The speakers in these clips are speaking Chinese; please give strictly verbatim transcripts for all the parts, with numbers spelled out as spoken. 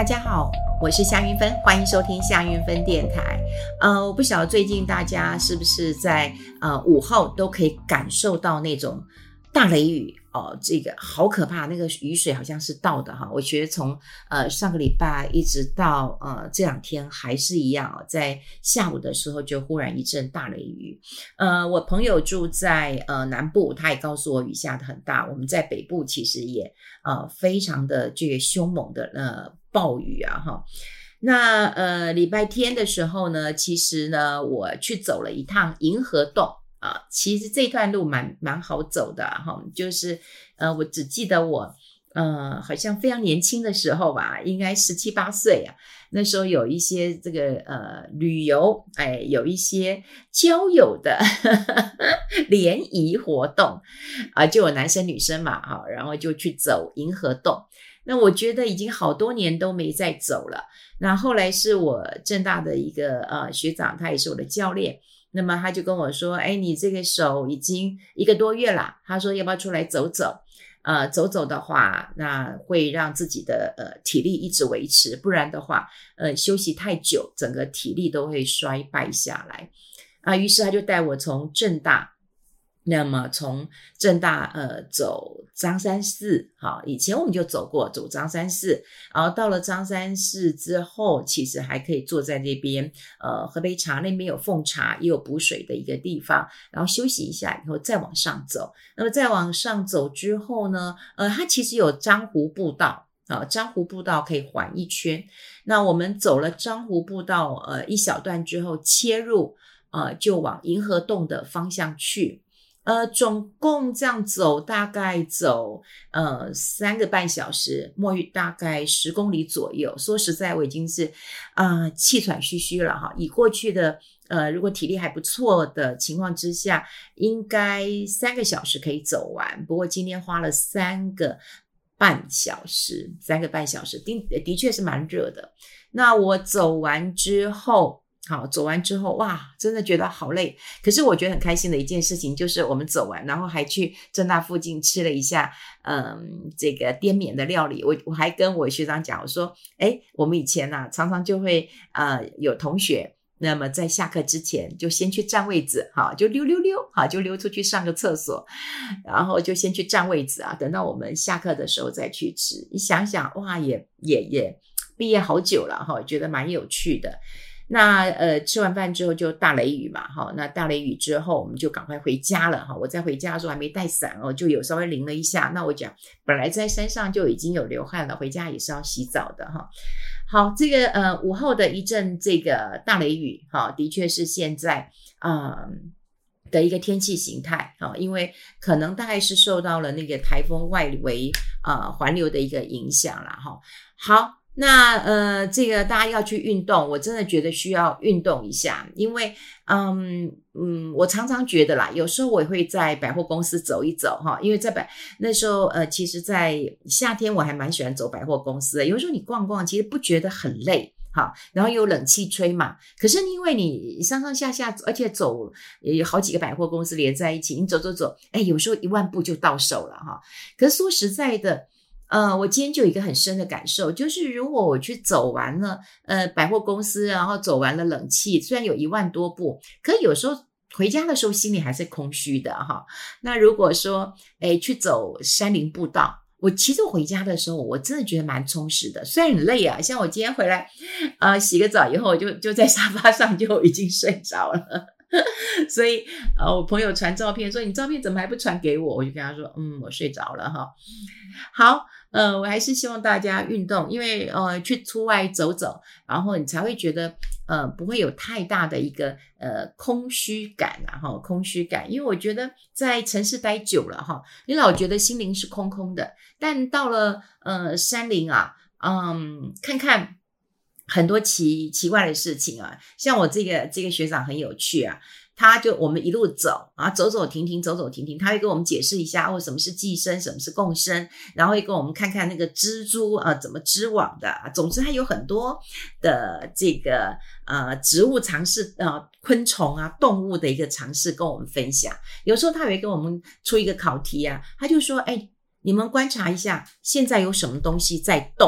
大家好，我是夏云芬，欢迎收听夏云芬电台。呃，我不晓得最近大家是不是在呃午后都可以感受到那种大雷雨哦，这个好可怕，那个雨水好像是倒的哈。我觉得从呃上个礼拜一直到呃这两天还是一样哦，在下午的时候就忽然一阵大雷雨。呃，我朋友住在呃南部，他也告诉我雨下得很大。我们在北部其实也呃非常的这个凶猛的呃暴雨啊哈。那呃礼拜天的时候呢，其实呢我去走了一趟银河洞。啊，其实这段路蛮蛮好走的哈、啊，就是呃，我只记得我呃，好像非常年轻的时候吧，应该十七八岁啊，那时候有一些这个呃旅游，哎，有一些交友的呵呵联谊活动啊，就有男生女生嘛，哈，然后就去走银河洞。那我觉得已经好多年都没再走了。那后来是我政大的一个呃学长，他也是我的教练。那么他就跟我说，哎，你这个手已经一个多月了，他说要不要出来走走，呃，走走的话，那会让自己的呃体力一直维持，不然的话，呃，休息太久，整个体力都会衰败下来啊。于是他就带我从政大，那么从政大呃走张山寺，好，以前我们就走过走张山寺，然后到了张山寺之后，其实还可以坐在那边呃喝杯茶，那边有奉茶也有补水的一个地方，然后休息一下以后再往上走。那么再往上走之后呢，呃它其实有樟湖步道啊，樟湖步道可以环一圈。那我们走了樟湖步道呃一小段之后切入呃就往银河洞的方向去。呃，总共这样走大概走呃三个半小时，墨鱼大概十公里左右。说实在，我已经是啊、呃、气喘吁吁了哈。以过去的呃如果体力还不错的情况之下，应该三个小时可以走完。不过今天花了三个半小时，三个半小时，的的确是蛮热的。那我走完之后。好，走完之后，哇，真的觉得好累。可是我觉得很开心的一件事情就是我们走完，然后还去政大附近吃了一下，嗯，这个滇缅的料理。我我还跟我学长讲，我说，诶，我们以前啊，常常就会呃有同学，那么在下课之前就先去占位置，好，就溜溜溜，好，就溜出去上个厕所，然后就先去占位置啊，等到我们下课的时候再去吃。你想想，哇，也也也毕业好久了哈，觉得蛮有趣的。那呃吃完饭之后就大雷雨嘛，哈，那大雷雨之后我们就赶快回家了哈。我在回家的时候还没带伞哦，就有稍微淋了一下。那我讲本来在山上就已经有流汗了，回家也是要洗澡的哈。好，这个呃午后的一阵这个大雷雨哈，的确是现在啊、呃、的一个天气形态啊，因为可能大概是受到了那个台风外围啊、呃、环流的一个影响啦哈。好。那呃，这个大家要去运动，我真的觉得需要运动一下，因为嗯嗯，我常常觉得啦，有时候我也会在百货公司走一走哈，因为在百那时候呃，其实，在夏天我还蛮喜欢走百货公司的，有时候你逛逛，其实不觉得很累。好，然后有冷气吹嘛，可是因为你上上下下，而且走有好几个百货公司连在一起，你走走走，哎，有时候一万步就到手了哈。可是说实在的。呃，我今天就有一个很深的感受，就是如果我去走完了呃百货公司，然后走完了冷气，虽然有一万多步，可有时候回家的时候心里还是空虚的哈。那如果说诶去走山林步道，我其实回家的时候我真的觉得蛮充实的，虽然很累啊，像我今天回来呃洗个澡以后就就在沙发上就已经睡着了。所以呃我朋友传照片说你照片怎么还不传给我，我就跟他说嗯我睡着了哈。好呃我还是希望大家运动，因为呃去出外走走，然后你才会觉得呃不会有太大的一个呃空虚感啊哈，空虚感。因为我觉得在城市待久了哈，你老觉得心灵是空空的，但到了呃山林啊，嗯看看很多奇奇怪的事情啊，像我这个这个学长很有趣啊，他就我们一路走啊，走走停停，走走停停，他会跟我们解释一下哦，什么是寄生，什么是共生，然后会跟我们看看那个蜘蛛啊怎么织网的。总之，他有很多的这个呃植物常识啊、昆虫啊、动物的一个常识跟我们分享。有时候他也会跟我们出一个考题啊，他就说：“哎，你们观察一下，现在有什么东西在动？”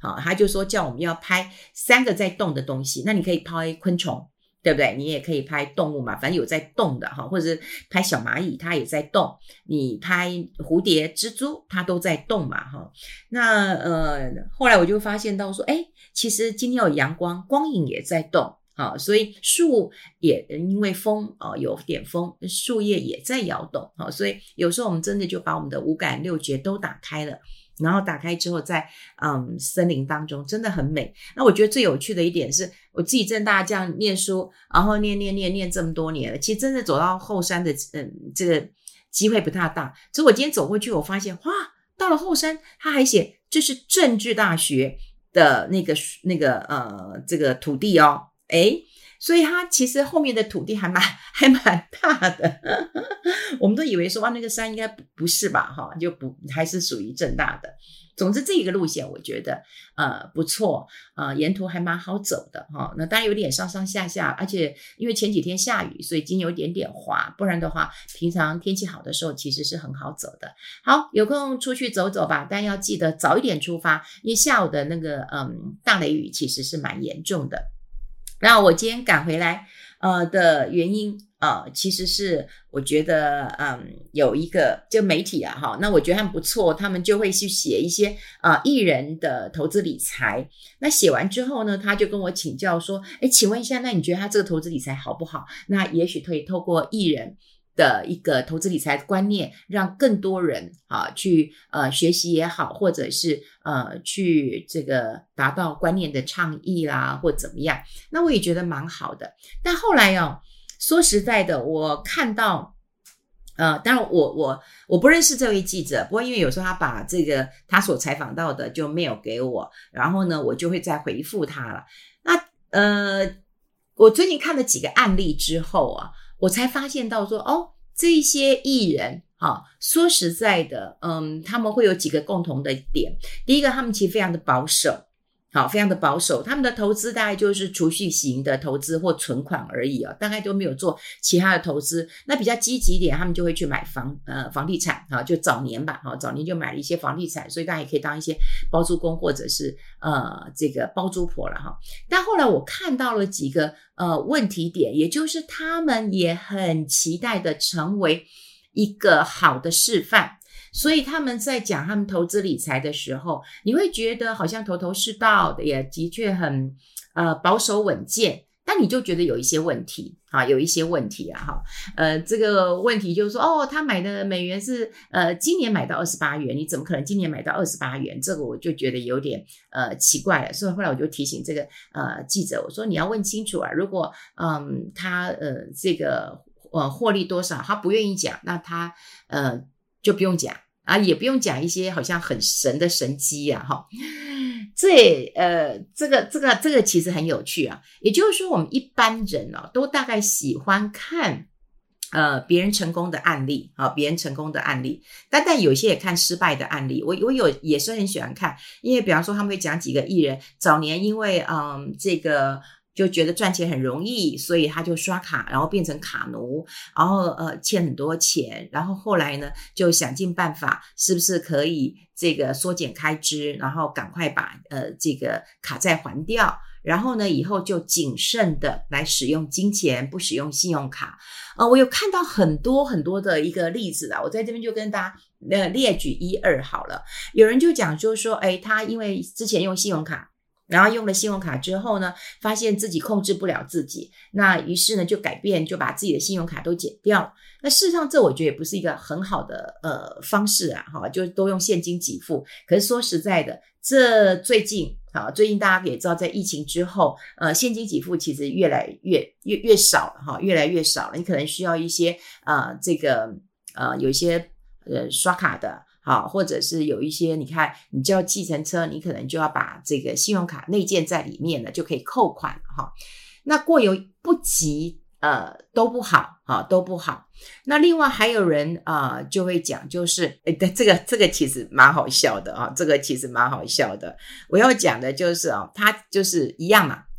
好，他就说叫我们要拍三个在动的东西，那你可以拍昆虫，对不对？你也可以拍动物嘛，反正有在动的哈，或者是拍小蚂蚁，它也在动。你拍蝴蝶、蜘蛛，它都在动嘛哈。那呃，后来我就发现到说，哎，其实今天有阳光，光影也在动。好，所以树也因为风啊、呃，有点风，树叶也在摇动。好，所以有时候我们真的就把我们的五感六觉都打开了。然后打开之后在嗯森林当中真的很美。那我觉得最有趣的一点是我自己正大这样念书，然后念念念念这么多年了，其实真的走到后山的嗯这个机会不太大。所以我今天走过去，我发现哇，到了后山他还写这是政治大学的那个那个呃这个土地哦，诶，所以它其实后面的土地还蛮还蛮大的。我们都以为说哇那个山应该不不是吧哈，就不还是属于政大的。总之这个路线我觉得呃不错，呃沿途还蛮好走的哈。那当然有点上上下下，而且因为前几天下雨，所以今天有点点滑，不然的话平常天气好的时候其实是很好走的。好，有空出去走走吧，但要记得早一点出发，因为下午的那个嗯大雷雨其实是蛮严重的。那我今天赶回来呃的原因呃其实是我觉得嗯有一个就媒体啊哈，那我觉得他们不错，他们就会去写一些呃艺人的投资理财。那写完之后呢，他就跟我请教说，诶请问一下，那你觉得他这个投资理财好不好？那也许可以透过艺人的一个投资理财的观念，让更多人啊去呃学习也好，或者是呃去这个达到观念的倡议啦，或怎么样。那我也觉得蛮好的。但后来哦，说实在的，我看到呃，当然我我我不认识这位记者，不过因为有时候他把这个他所采访到的就mail给我，然后呢我就会再回复他了。那呃，我最近看了几个案例之后啊，我才发现到说哦，这些艺人啊，说实在的嗯，他们会有几个共同的点。第一个，他们其实非常的保守，好，非常的保守，他们的投资大概就是储蓄型的投资或存款而已啊，大概都没有做其他的投资。那比较积极一点，他们就会去买房呃房地产啊，就早年吧，哈，早年就买了一些房地产，所以大家也可以当一些包租公或者是呃这个包租婆了哈。但后来我看到了几个呃问题点，也就是他们也很期待的成为一个好的示范。所以他们在讲他们投资理财的时候，你会觉得好像头头是道的，也的确很呃保守稳健，但你就觉得有一些问题啊，有一些问题啊哈。呃这个问题就是说哦，他买的美元是呃今年买到二十八元，你怎么可能今年买到二十八元？这个我就觉得有点呃奇怪了。所以后来我就提醒这个呃记者，我说你要问清楚啊，如果嗯他呃这个呃获利多少，他不愿意讲，那他呃就不用讲啊，也不用讲一些好像很神的神机啊哈。这呃这个这个这个其实很有趣啊。也就是说我们一般人哦都大概喜欢看呃别人成功的案例啊，别人成功的案例，但但有些也看失败的案例。我我有也是很喜欢看，因为比方说他们会讲几个艺人早年因为嗯这个就觉得赚钱很容易，所以他就刷卡，然后变成卡奴，然后呃欠很多钱，然后后来呢就想尽办法是不是可以这个缩减开支，然后赶快把呃这个卡债还掉，然后呢以后就谨慎的来使用金钱，不使用信用卡。呃我有看到很多很多的一个例子啊，我在这边就跟大家呃列举一二好了。有人就讲就是说诶他因为之前用信用卡，然后用了信用卡之后呢，发现自己控制不了自己，那于是呢就改变，就把自己的信用卡都减掉。那事实上这我觉得也不是一个很好的呃方式啊，哈，就都用现金给付。可是说实在的，这最近啊，最近大家也知道，在疫情之后，呃，现金给付其实越来越越越少了哈，越来越少了。你可能需要一些呃这个呃有一些呃刷卡的。好，或者是有一些你看你叫计程车，你可能就要把这个信用卡内建在里面了，就可以扣款哈。那过犹不及呃都不好啊，都不好。那另外还有人啊、呃、就会讲，就是诶这个这个其实蛮好笑的啊，这个其实蛮好笑的。我要讲的就是啊，他就是一样嘛，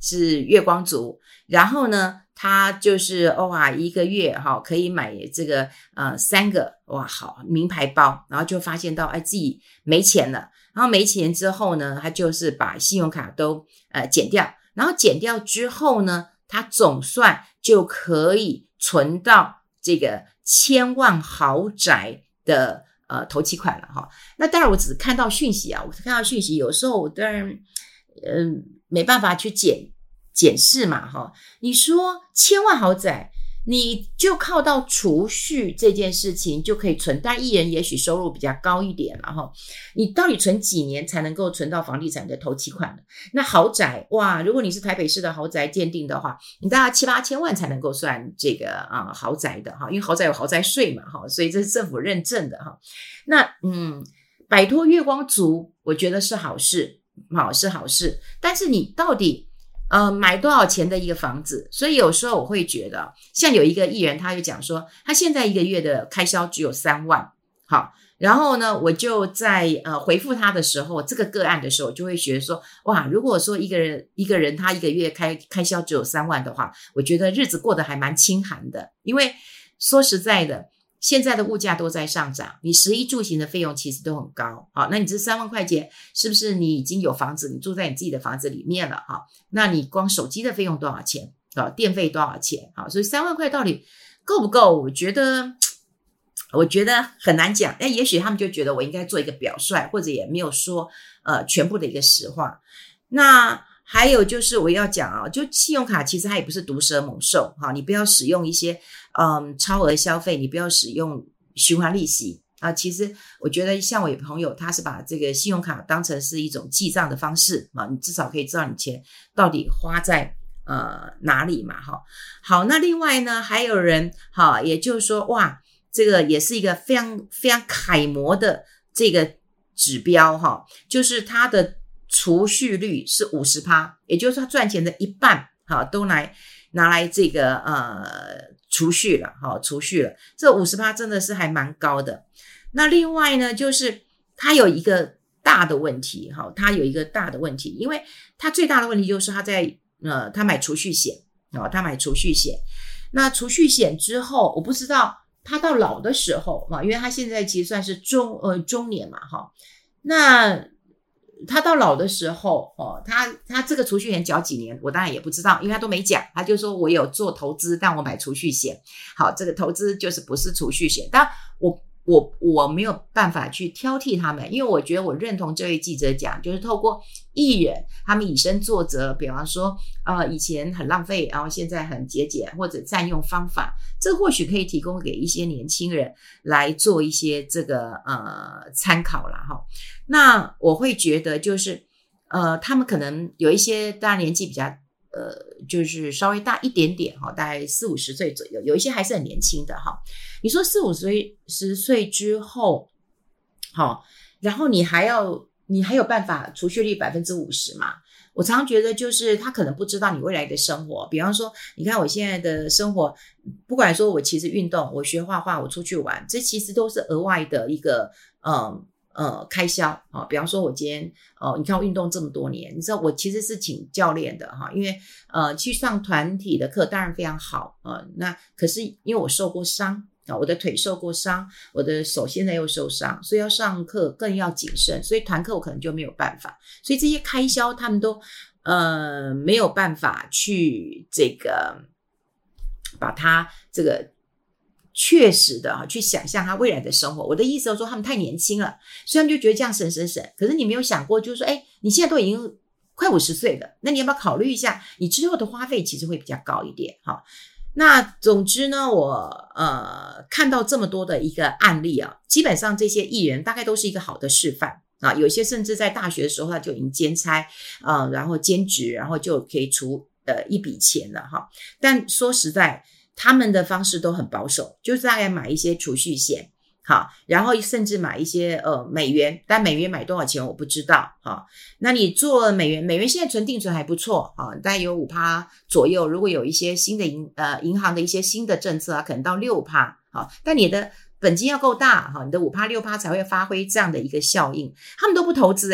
是月光族，然后呢他就是哇一个月哈、哦、可以买这个呃三个哇好名牌包，然后就发现到哎自己没钱了，然后没钱之后呢，他就是把信用卡都呃减掉，然后减掉之后呢，他总算就可以存到这个千万豪宅的呃头期款了哈。那当然我只是看到讯息啊，我看到讯息，有时候我当然嗯、呃、没办法去检检视嘛哈。你说千万豪宅，你就靠到储蓄这件事情就可以存，但艺人也许收入比较高一点了哈。你到底存几年才能够存到房地产的头期款呢？那豪宅哇，如果你是台北市的豪宅鉴定的话，你大概七八千万才能够算这个啊、呃、豪宅的哈，因为豪宅有豪宅税嘛哈，所以这是政府认证的哈。那嗯，摆脱月光族，我觉得是好事，好是好事，但是你到底呃，买多少钱的一个房子？所以有时候我会觉得，像有一个艺人，他就讲说，他现在一个月的开销只有三万，好，然后呢，我就在呃回复他的时候，这个个案的时候，就会觉得说，哇，如果说一个人一个人他一个月开开销只有三万的话，我觉得日子过得还蛮清寒的，因为说实在的。现在的物价都在上涨，你食衣住行的费用其实都很高，好，那你这三万块钱是不是你已经有房子，你住在你自己的房子里面了哈？那你光手机的费用多少钱啊？电费多少钱？好，所以三万块到底够不够？我觉得我觉得很难讲，但也许他们就觉得我应该做一个表率，或者也没有说呃全部的一个实话。那还有就是我要讲啊，就信用卡其实它也不是毒蛇猛兽哈，你不要使用一些嗯超额消费，你不要使用循环利息啊。其实我觉得像我有朋友，他是把这个信用卡当成是一种记账的方式啊，你至少可以知道你钱到底花在呃哪里嘛哈。好，那另外呢还有人哈，也就是说哇，这个也是一个非常非常楷模的这个指标哈，就是他的储蓄率是 百分之五十， 也就是他赚钱的一半好都来拿来这个呃储蓄了好储蓄了，这 百分之五十 真的是还蛮高的。那另外呢就是他有一个大的问题哈，他有一个大的问题，因为他最大的问题就是他在呃他买储蓄险哦，他买储蓄险，那储蓄险之后我不知道他到老的时候啊，因为他现在其实算是中呃中年嘛哈，那他到老的时候哦，他他这个储蓄险缴几年我当然也不知道，因为他都没讲，他就说我有做投资，但我买储蓄险。好，这个投资就是不是储蓄险，但我我我没有办法去挑剔他们，因为我觉得我认同这位记者讲，就是透过艺人他们以身作则，比方说呃以前很浪费，然后现在很节俭或者占用方法，这或许可以提供给一些年轻人来做一些这个呃参考啦哈。那我会觉得就是呃他们可能有一些当然年纪比较呃就是稍微大一点点哈，大概四五十岁左右，有一些还是很年轻的哈。你说四五岁十岁之后好，然后你还要你还有办法储蓄率 百分之五十 嘛？我常常觉得就是他可能不知道你未来的生活，比方说你看我现在的生活，不管说我其实运动，我学画画，我出去玩，这其实都是额外的一个嗯呃开销啊。比方说我今天呃你看我运动这么多年，你知道我其实是请教练的哈，因为呃去上团体的课当然非常好呃那可是因为我受过伤啊，我的腿受过伤，我的手现在又受伤，所以要上课更要谨慎，所以团课我可能就没有办法，所以这些开销他们都呃没有办法去这个把它这个确实的啊去想象他未来的生活。我的意思是说他们太年轻了，所以他们就觉得这样省省省，可是你没有想过就是说哎，你现在都已经快五十岁了，那你要不要考虑一下你之后的花费其实会比较高一点哈。那总之呢我呃看到这么多的一个案例啊，基本上这些艺人大概都是一个好的示范啊，有些甚至在大学的时候他就已经兼差呃然后兼职，然后就可以出呃一笔钱了哈。但说实在他们的方式都很保守，就是大概买一些储蓄险好，然后甚至买一些呃美元，但美元买多少钱我不知道哈。那你做美元，美元现在存定存还不错啊，大概有 百分之五 左右，如果有一些新的银呃银行的一些新的政策啊，可能到 百分之六 好，但你的本金要够大哈，你的 百分之五 百分之六 才会发挥这样的一个效应。他们都不投资诶，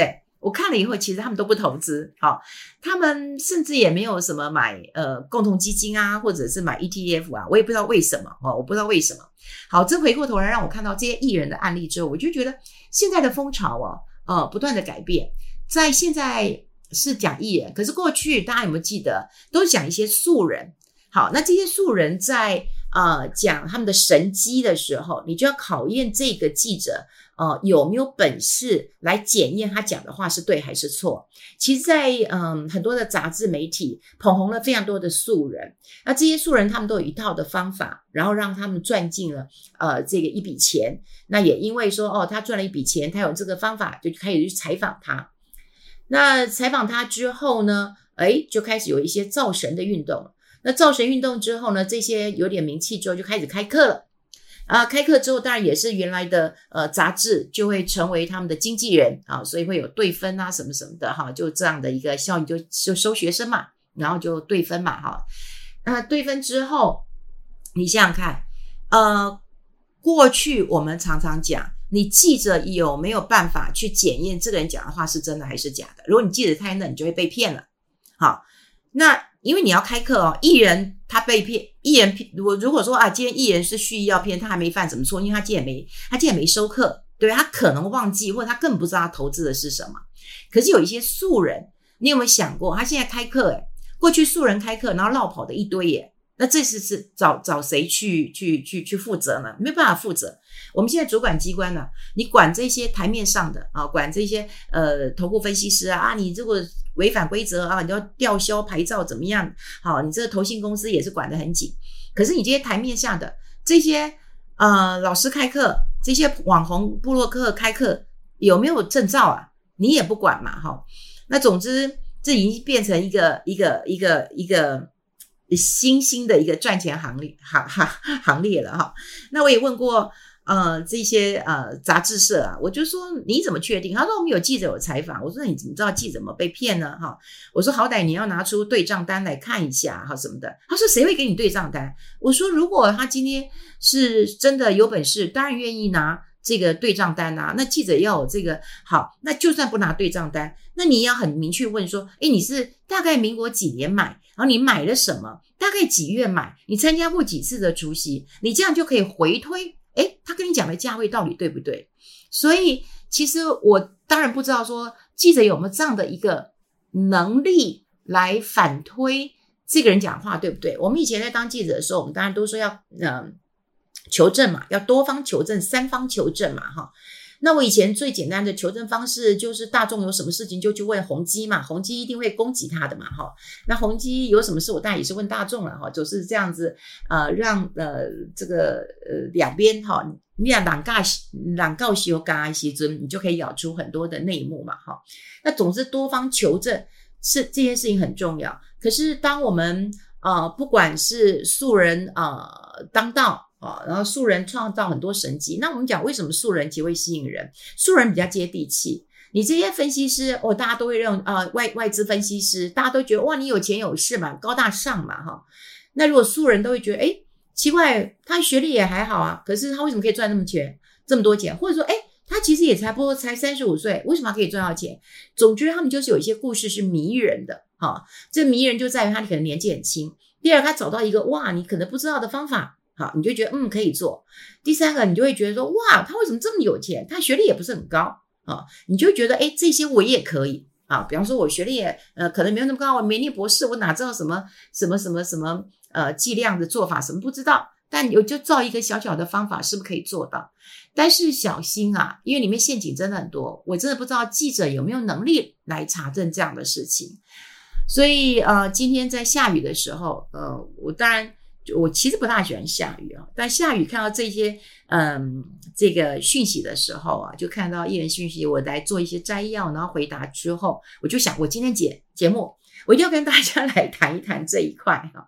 我看了以后，其实他们都不投资，好，他们甚至也没有什么买呃共同基金啊，或者是买 E T F 啊，我也不知道为什么哦，我不知道为什么。好，这回过头来让我看到这些艺人的案例之后，我就觉得现在的风潮哦，呃，不断的改变，在现在是讲艺人，可是过去大家有没有记得，都是讲一些素人。好，那这些素人在呃讲他们的神机的时候，你就要考验这个记者呃有没有本事来检验他讲的话是对还是错。其实在嗯很多的杂志媒体捧红了非常多的素人，那这些素人他们都有一套的方法，然后让他们赚进了呃这个一笔钱。那也因为说哦他赚了一笔钱，他有这个方法，就开始去采访他。那采访他之后呢，诶就开始有一些造神的运动。那造神运动之后呢，这些有点名气之后就开始开课了啊，开课之后当然也是原来的呃杂志就会成为他们的经纪人啊，所以会有对分啊什么什么的哈，就这样的一个效应，就就收学生嘛，然后就对分嘛哈。那对分之后，你想想看，呃，过去我们常常讲，你记者有没有办法去检验这个人讲的话是真的还是假的？如果你记者太嫩，你就会被骗了。好，那因为你要开课哦，艺人他被骗，艺人我如果说啊，今天艺人是蓄意要骗，他还没犯什么错，因为他今天没他今天没收课，对，他可能忘记，或者他根本不知道他投资的是什么。可是有一些素人，你有没有想过，他现在开课诶，过去素人开课，然后落跑的一堆耶，那这次是找找谁去去去去负责呢？没办法负责。我们现在主管机关呢、啊，你管这些台面上的啊，管这些呃投顾分析师啊，啊你这个违反规则啊，你要吊销牌照怎么样？好，你这个投信公司也是管得很紧。可是你这些台面下的这些呃老师开课，这些网红部落客开课有没有证照啊？你也不管嘛，哈。那总之这已经变成一个一个一个一个新兴的一个赚钱行列行行行列了哈。那我也问过呃这些呃杂志社啊，我就说你怎么确定？他说我们有记者有采访。我说你怎么知道记者怎么被骗呢？哈，我说好歹你要拿出对账单来看一下哈什么的。他说谁会给你对账单？我说如果他今天是真的有本事，当然愿意拿这个对账单啊，那记者要有这个好，那就算不拿对账单，那你也要很明确问说，诶，你是大概民国几年买，然后你买了什么，大概几月买，你参加过几次的除息，你这样就可以回推，诶，他跟你讲的价位到底对不对？所以其实我当然不知道说记者有没有这样的一个能力来反推这个人讲话对不对。我们以前在当记者的时候，我们当然都说要嗯求证嘛，要多方求证，三方求证嘛哈。那我以前最简单的求证方式就是大众有什么事情就去问宏基嘛，宏基一定会攻击他的嘛哈。那宏基有什么事我当然也是问大众了哈，就是这样子呃让呃这个呃两边哈，你俩两尬两告修嘎西尊，你就可以咬出很多的内幕嘛哈。那总之多方求证是这件事情很重要。可是当我们呃不管是素人呃当道哦，然后素人创造很多神迹。那我们讲为什么素人其实会吸引人？素人比较接地气。你这些分析师哦，大家都会认啊、呃、外外资分析师，大家都觉得哇你有钱有势嘛，高大上嘛哈。那如果素人都会觉得诶奇怪，他学历也还好啊，可是他为什么可以赚那么钱这么多钱？或者说诶他其实也才不多才三十五岁，为什么可以赚到钱？总之他们就是有一些故事是迷人的哈。这迷人就在于他可能年纪很轻。第二，他找到一个哇你可能不知道的方法。好，你就觉得嗯可以做。第三个，你就会觉得说哇，他为什么这么有钱？他学历也不是很高啊，你就会觉得哎，这些我也可以啊。比方说，我学历也呃可能没有那么高，我没念博士，我哪知道什么什么什么什么呃计量的做法，什么不知道。但有就照一个小小的方法，是不是可以做到？但是小心啊，因为里面陷阱真的很多，我真的不知道记者有没有能力来查证这样的事情。所以呃，今天在下雨的时候，呃，我当然。我其实不大喜欢下雨啊，但下雨看到这些嗯这个讯息的时候啊，就看到艺人讯息，我来做一些摘要，然后回答之后，我就想我今天节节目我一定要跟大家来谈一谈这一块哈。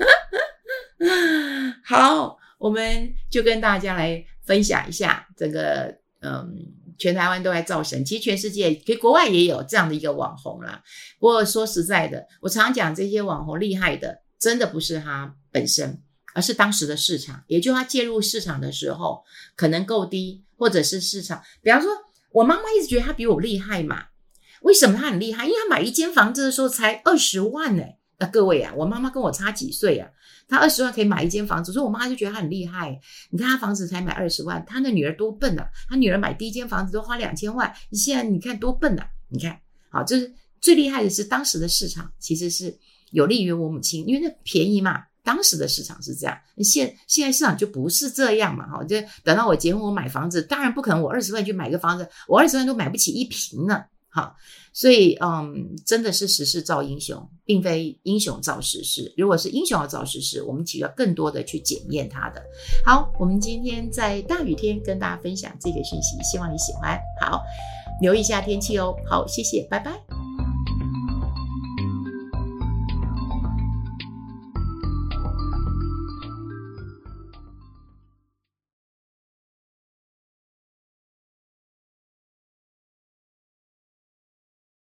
好，我们就跟大家来分享一下整个嗯全台湾都在造神，其实全世界其实国外也有这样的一个网红啦。不过说实在的，我常讲这些网红厉害的真的不是他本身，而是当时的市场，也就是他介入市场的时候可能够低，或者是市场比方说我妈妈一直觉得她比我厉害嘛， 为什么他很厉害？因为他买一间房子的时候才二十万呢、欸。那各位啊，我妈妈跟我差几岁啊？她二十万可以买一间房子，所以我妈就觉得她很厉害。你看她房子才买二十万，她的女儿多笨啊！她女儿买第一间房子都花两千万，你现在你看多笨啊！你看，好，就是最厉害的是当时的市场其实是有利于我母亲，因为那便宜嘛。当时的市场是这样，现现在市场就不是这样嘛，哈，就等到我结婚我买房子，当然不可能我二十万去买个房子，我二十万都买不起一坪呢，好，所以嗯，真的是时势造英雄，并非英雄造时势。如果是英雄要造时势，我们其实要更多的去检验它的。好，我们今天在大雨天跟大家分享这个讯息，希望你喜欢。好，留意一下天气哦。好，谢谢，拜拜。